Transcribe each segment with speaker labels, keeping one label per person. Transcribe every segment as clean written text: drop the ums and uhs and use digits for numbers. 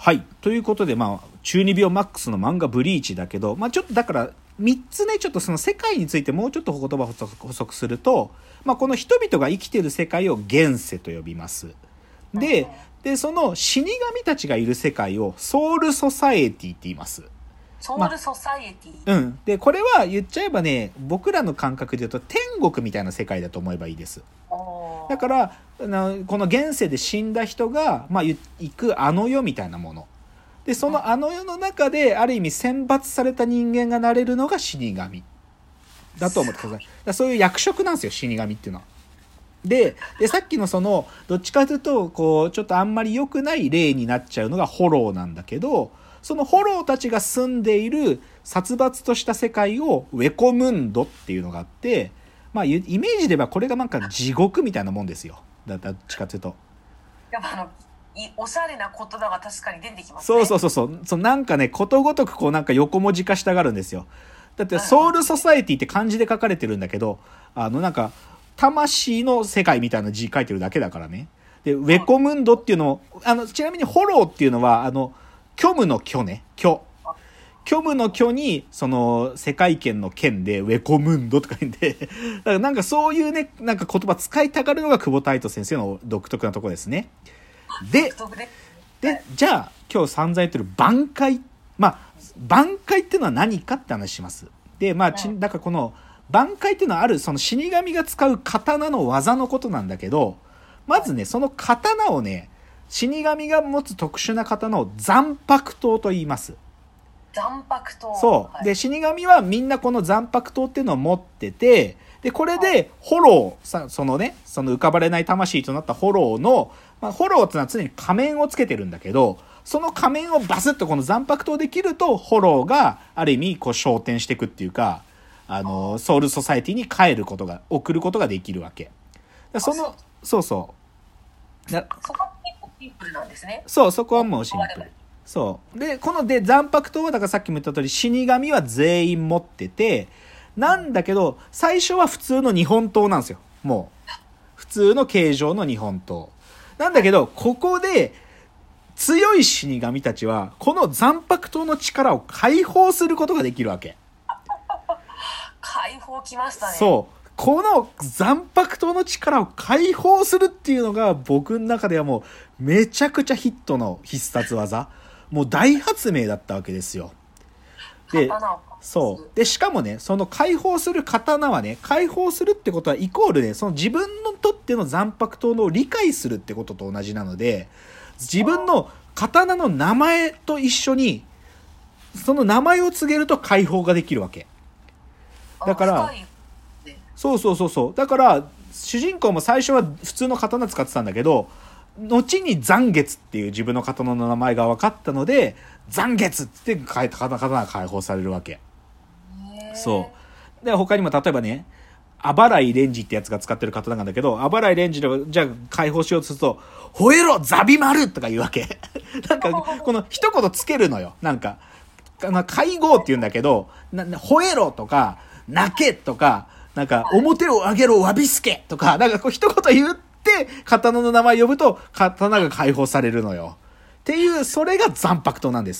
Speaker 1: はい。ということで、中二病マックスの漫画ブリーチだけど、ちょっとだから、3つね、ちょっとその世界についてもうちょっと言葉を補足すると、この人々が生きている世界を現世と呼びます。で、その死神たちがいる世界をソウルソサエティって言います。
Speaker 2: ソウルソサエティ、
Speaker 1: で、これは言っちゃえばね、僕らの感覚で言うと天国みたいな世界だと思えばいいです。だからこの現世で死んだ人が、行くあの世みたいなもので、そのあの世の中である意味選抜された人間がなれるのが死神だと思ってください。そういう役職なんですよ、死神っていうのは。でさっきのそのどっちかというとこうちょっとあんまり良くない例になっちゃうのがホローなんだけど、そのホローたちが住んでいる殺伐とした世界をウェコムンドっていうのがあって、イメージで言えばこれがなんか地獄みたいなもんですよ。どっちかというと。
Speaker 2: やっぱおしゃれな言葉が確かに出てきますね。
Speaker 1: そうなんかね、ことごとくこうなんか横文字化したがるんですよ。だってソウルソサエティって漢字で書かれてるんだけど、なんか魂の世界みたいな字書いてるだけだからね。でウェコムンドっていうのをちなみにホローっていうのは虚無の虚ね、虚無の虚にその世界圏の圏でウェコムンドとか言ってだからなんかそういうね、なんか言葉使いたがるのが久保太斗先生の独特なところですね。でじゃあ今日散々言ってる挽回、挽回っていうのは何かって話します。でだからこの挽回っていうのはあるその死神が使う刀の技のことなんだけど、まずねその刀をね、死神が持つ特殊な刀を残白刀と言います。
Speaker 2: 残白刀。
Speaker 1: そう。で、死神はみんなこの残白刀っていうのを持ってて、で、これで、ホロー、その浮かばれない魂となったホローの、ホローってのは常に仮面をつけてるんだけど、その仮面をバスッとこの残白刀で切ると、ホローがある意味、こう、昇天していくっていうか、ソウルソサエティに送ることができるわけ。そう。
Speaker 2: そこは結構シンプルなんですね。
Speaker 1: そう、そこはもうシンプル。そうでこの残白刀はだからさっきも言った通り死神は全員持ってて、なんだけど最初は普通の日本刀なんですよ。もう普通の形状の日本刀なんだけど、ここで強い死神たちはこの残白刀の力を解放することができるわけ。
Speaker 2: 解放きましたね。
Speaker 1: そうこの残白刀の力を解放するっていうのが僕の中ではもうめちゃくちゃヒットの必殺技、もう大発明だったわけですよ。で、でしかもね、その解放する刀はね、解放するってことはイコールね、その自分にとっての残白刀の理解するってことと同じなので、自分の刀の名前と一緒にその名前を告げると解放ができるわけだから、そうだから主人公も最初は普通の刀使ってたんだけど、後に残月っていう自分の刀の名前が分かったので、残月って刀が解放されるわけ。そうで他にも例えばね、あばらいレンジってやつが使ってる刀なんだけど、あばらいレンジでじゃあ解放しようとすると吠えろザビマルとか言うわけなんかこの一言つけるのよ。なんか会合って言うんだけど、吠えろとか泣けとか、なんか表を上げろわびすけとか、なんかこう一言言って刀の名前呼ぶと刀が解放されるのよっていう、それが残白刀なんです。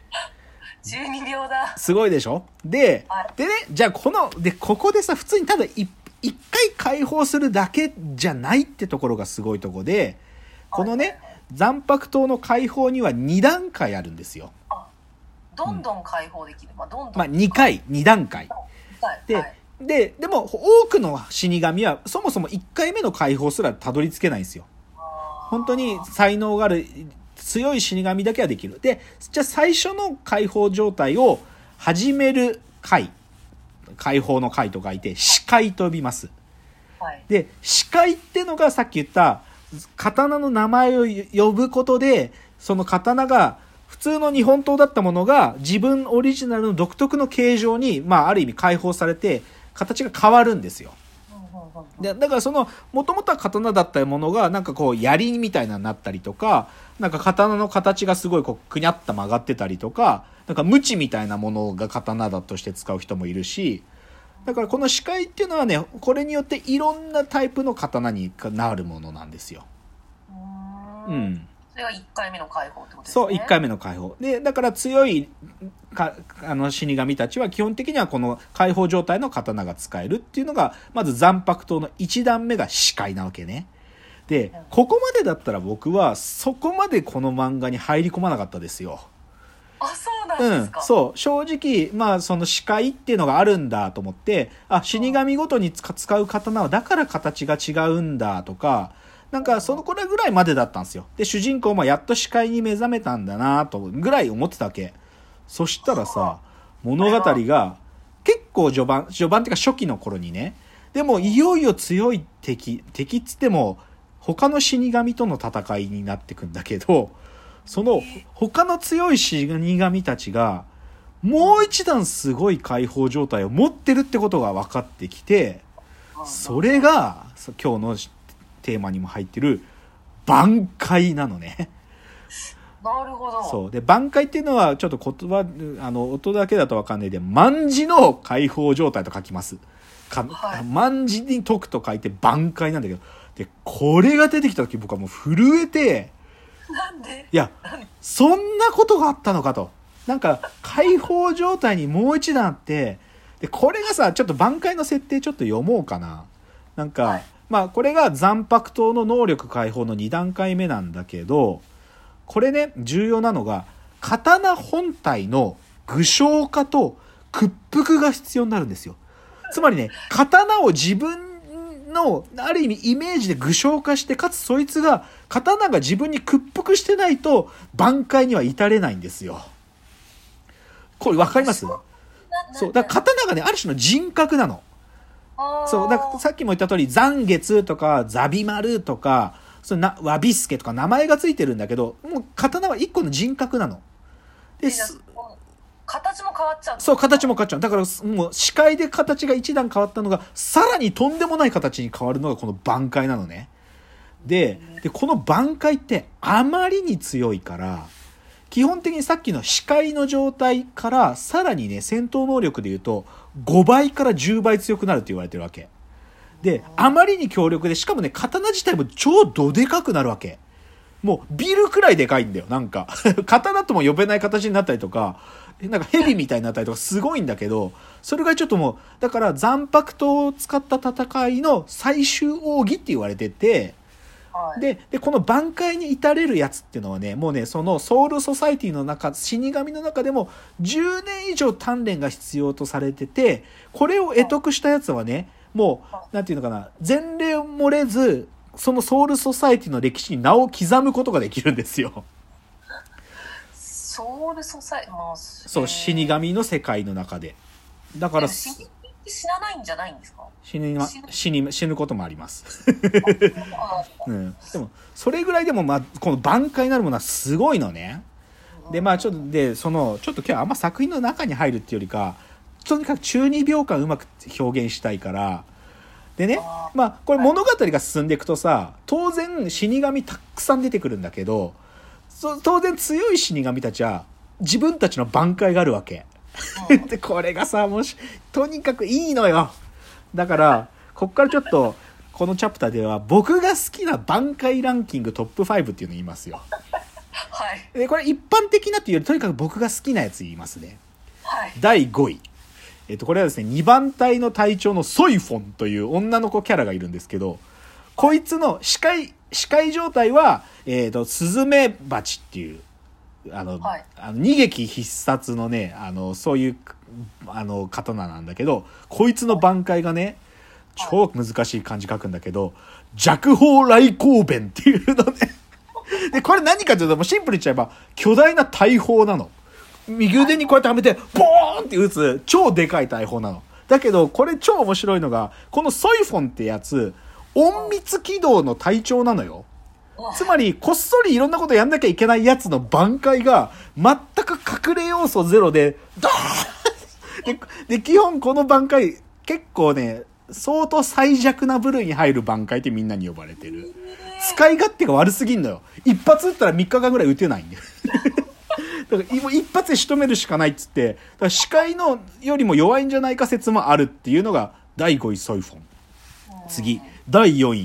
Speaker 2: 12秒だ。
Speaker 1: すごいでしょ。でね、じゃあここでさ、普通にただ一回解放するだけじゃないってところがすごいとこで、このね残白刀の解放には2段階あるんですよ。
Speaker 2: どんどん解放できる。
Speaker 1: 2段階でも多くの死神はそもそも1回目の解放すらたどり着けないんですよ。本当に才能がある強い死神だけはできる。でじゃあ最初の解放状態を始める解放の解と書いて始解と呼びます。で始解ってのがさっき言った刀の名前を呼ぶことで、その刀が普通の日本刀だったものが自分オリジナルの独特の形状に、ある意味解放されて形が変わるんですよ。だからその元々は刀だったものがなんかこう槍みたいなになったりとか、なんか刀の形がすごいこうくにゃった曲がってたりとか、なんか鞭みたいなものが刀だとして使う人もいるし、だからこの視界っていうのはね、これによっていろんなタイプの刀になるものなんですよ。
Speaker 2: それは1回目の解放ってことですね。
Speaker 1: そう、1回目の解放。で、だから強い死神たちは基本的にはこの解放状態の刀が使えるっていうのが、まず残白刀の1段目が死海なわけね。で、ここまでだったら僕はそこまでこの漫画に入り込まなかったですよ。
Speaker 2: あ、そうなんですか。
Speaker 1: そう。正直、まあその死海っていうのがあるんだと思って、あ、死神ごとに使う刀はだから形が違うんだとか、なんかそのこれぐらいまでだったんですよ。で、主人公もやっと死海に目覚めたんだなとぐらい思ってたわけ。そしたらさ、物語が結構序盤っていうか初期の頃にね、でもいよいよ強い敵っつっても他の死神との戦いになってくんだけど、その他の強い死神たちがもう一段すごい解放状態を持ってるってことが分かってきて、それが今日のテーマにも入ってる挽回なのね。
Speaker 2: なるほど。
Speaker 1: そうで、挽回っていうのはちょっと言葉音だけだと分かんないで、卍の解放状態と書きます。
Speaker 2: はい、
Speaker 1: 卍に解くと書いて挽回なんだけど、でこれが出てきた時僕はもう震えて、
Speaker 2: なんで、
Speaker 1: いやそんなことがあったのかと。なんか解放状態にもう一段あって、でこれがさ、ちょっと挽回の設定ちょっと読もうかな。なんか、はい、まあこれが残白刀の能力解放の2段階目なんだけど、これね、重要なのが刀本体の具象化と屈服が必要になるんですよ。つまりね、刀を自分のある意味イメージで具象化して、かつそいつが刀が自分に屈服してないと挽回には至れないんですよ。これ分かります？そうだから刀がね、ある種の人格なの。そうだからさっきも言った通り、残月とかザビマルとかワビスケとか名前がついてるんだけど、もう刀は一個の人格なの。で
Speaker 2: 形も変わっちゃう。
Speaker 1: そう、形も変わっちゃう。だからもう視界で形が一段変わったのがさらにとんでもない形に変わるのがこの挽回なのね。でこの挽回ってあまりに強いから、基本的にさっきの視界の状態からさらにね、戦闘能力でいうと5倍から10倍強くなるって言われてるわけで、あまりに強力で、しかもね、刀自体も超どでかくなるわけ。もうビルくらいでかいんだよ。なんか刀とも呼べない形になったりとか、なんか蛇みたいになったりとかすごいんだけど、それがちょっともうだから残白刀を使った戦いの最終奥義って言われてて、でこの挽回に至れるやつっていうのはね、もうね、そのソウルソサイティの中、死神の中でも10年以上鍛錬が必要とされてて、これを得得したやつはね、もうなんていうのかな、前例漏れずそのソウルソサイティの歴史に名を刻むことができるんですよ。
Speaker 2: ソウルソサイティ、まあ、
Speaker 1: そう、死神の世界の中で。だから
Speaker 2: 死なないんじゃないんですか？
Speaker 1: 死ぬこともあります、うん、でもそれぐらいでも、まあ、この挽回なるものはすごいのね。でまあちょっとでちょっと今日はあんま作品の中に入るっていうよりか、とにかく中二病感うまく表現したいからでね、まあこれ物語が進んでいくとさ、当然死神たくさん出てくるんだけど、当然強い死神たちは自分たちの挽回があるわけでこれがさ、とにかくいいのよ。だからこっからちょっとこのチャプターでは僕が好きな挽回ランキングトップ5っていうのを言いますよ。
Speaker 2: はい。
Speaker 1: でこれ一般的なっていうよりとにかく僕が好きなやつ言いますね。
Speaker 2: はい。
Speaker 1: 第5位。これはですね、2番隊の隊長のソイフォンという女の子キャラがいるんですけど、こいつの視界状態は、スズメバチっていう、二撃必殺のね、そういう、刀なんだけど、こいつの挽回がね、超難しい漢字書くんだけど、弱砲雷光弁っていうのね。で、これ何かというと、もうシンプルに言っちゃえば、巨大な大砲なの。右腕にこうやってはめてボーンって撃つ超でかい大砲なの。だけどこれ超面白いのが、このソイフォンってやつ隠密機動の隊長なのよ。つまりこっそりいろんなことやんなきゃいけないやつの挽回が全く隠れ要素ゼロでドーンで基本この挽回結構ね、相当最弱な部類に入る挽回ってみんなに呼ばれてる。使い勝手が悪すぎんのよ。一発撃ったら3日間ぐらい撃てないんだよだから一発で仕留めるしかないっつって、だから視界のよりも弱いんじゃないか説もあるっていうのが第5位ソイフォン。次第4位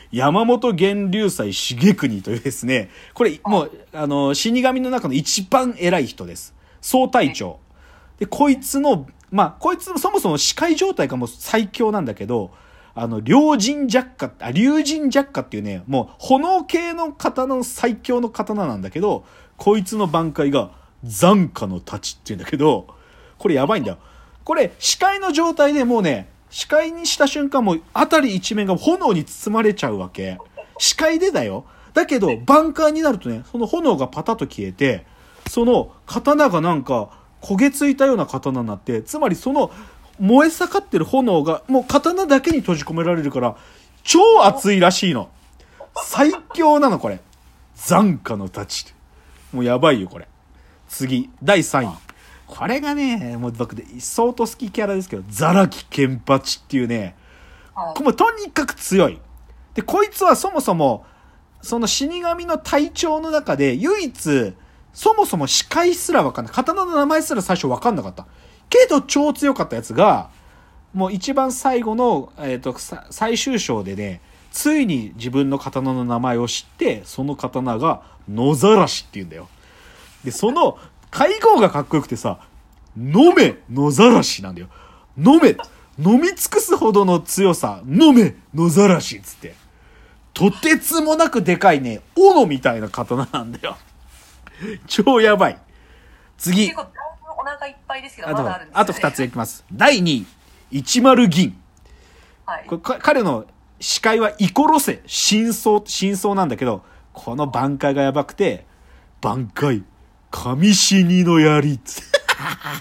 Speaker 1: 山本源流斎重国というですね、これもう、死神の中の一番偉い人です。総隊長。で、こいつの、こいつもそもそも視界状態がもう最強なんだけど、竜神弱化っていうね、もう炎系の刀の最強の刀なんだけど、こいつの挽回が残火の太刀っていうんだけど、これやばいんだよ。これ視界の状態でもうね、視界にした瞬間もう辺り一面が炎に包まれちゃうわけ。視界でだよ。だけど挽回になるとね、その炎がパタッと消えて、その刀がなんか焦げついたような刀になって、つまりその燃え盛ってる炎がもう刀だけに閉じ込められるから超熱いらしいの。最強なのこれ。残火の太刀。もうやばいよこれ。次第3位。これがね、もう僕で相当好きキャラですけど、ザラキケンパチっていうね、これとにかく強い。でこいつはそもそもその死神の隊長の中で唯一そもそも視界すら分かんない、刀の名前すら最初分かんなかったけど超強かったやつが、もう一番最後の、最終章でね、ついに自分の刀の名前を知って、その刀が野ざらしっていうんだよ。でその会合がかっこよくてさ、飲め野ざらしなんだよ。飲み尽くすほどの強さ、飲め野ざらしっつって、とてつもなくでかいね、斧みたいな刀なんだよ。超やばい。次。
Speaker 2: 結構だいぶお腹いっぱいですけど、まだあるんですよね。
Speaker 1: あと2ついきます。第2位、10銀。
Speaker 2: はい。
Speaker 1: これ彼の視界はイコロセ、真相なんだけど、この挽回がやばくて、挽回、神死にの槍っつって。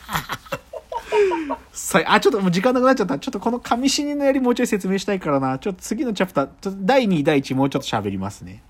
Speaker 1: ちょっともう時間なくなっちゃった。ちょっとこの神死にの槍もうちょい説明したいからな。ちょっと次のチャプター、第2、第1もうちょっと喋りますね。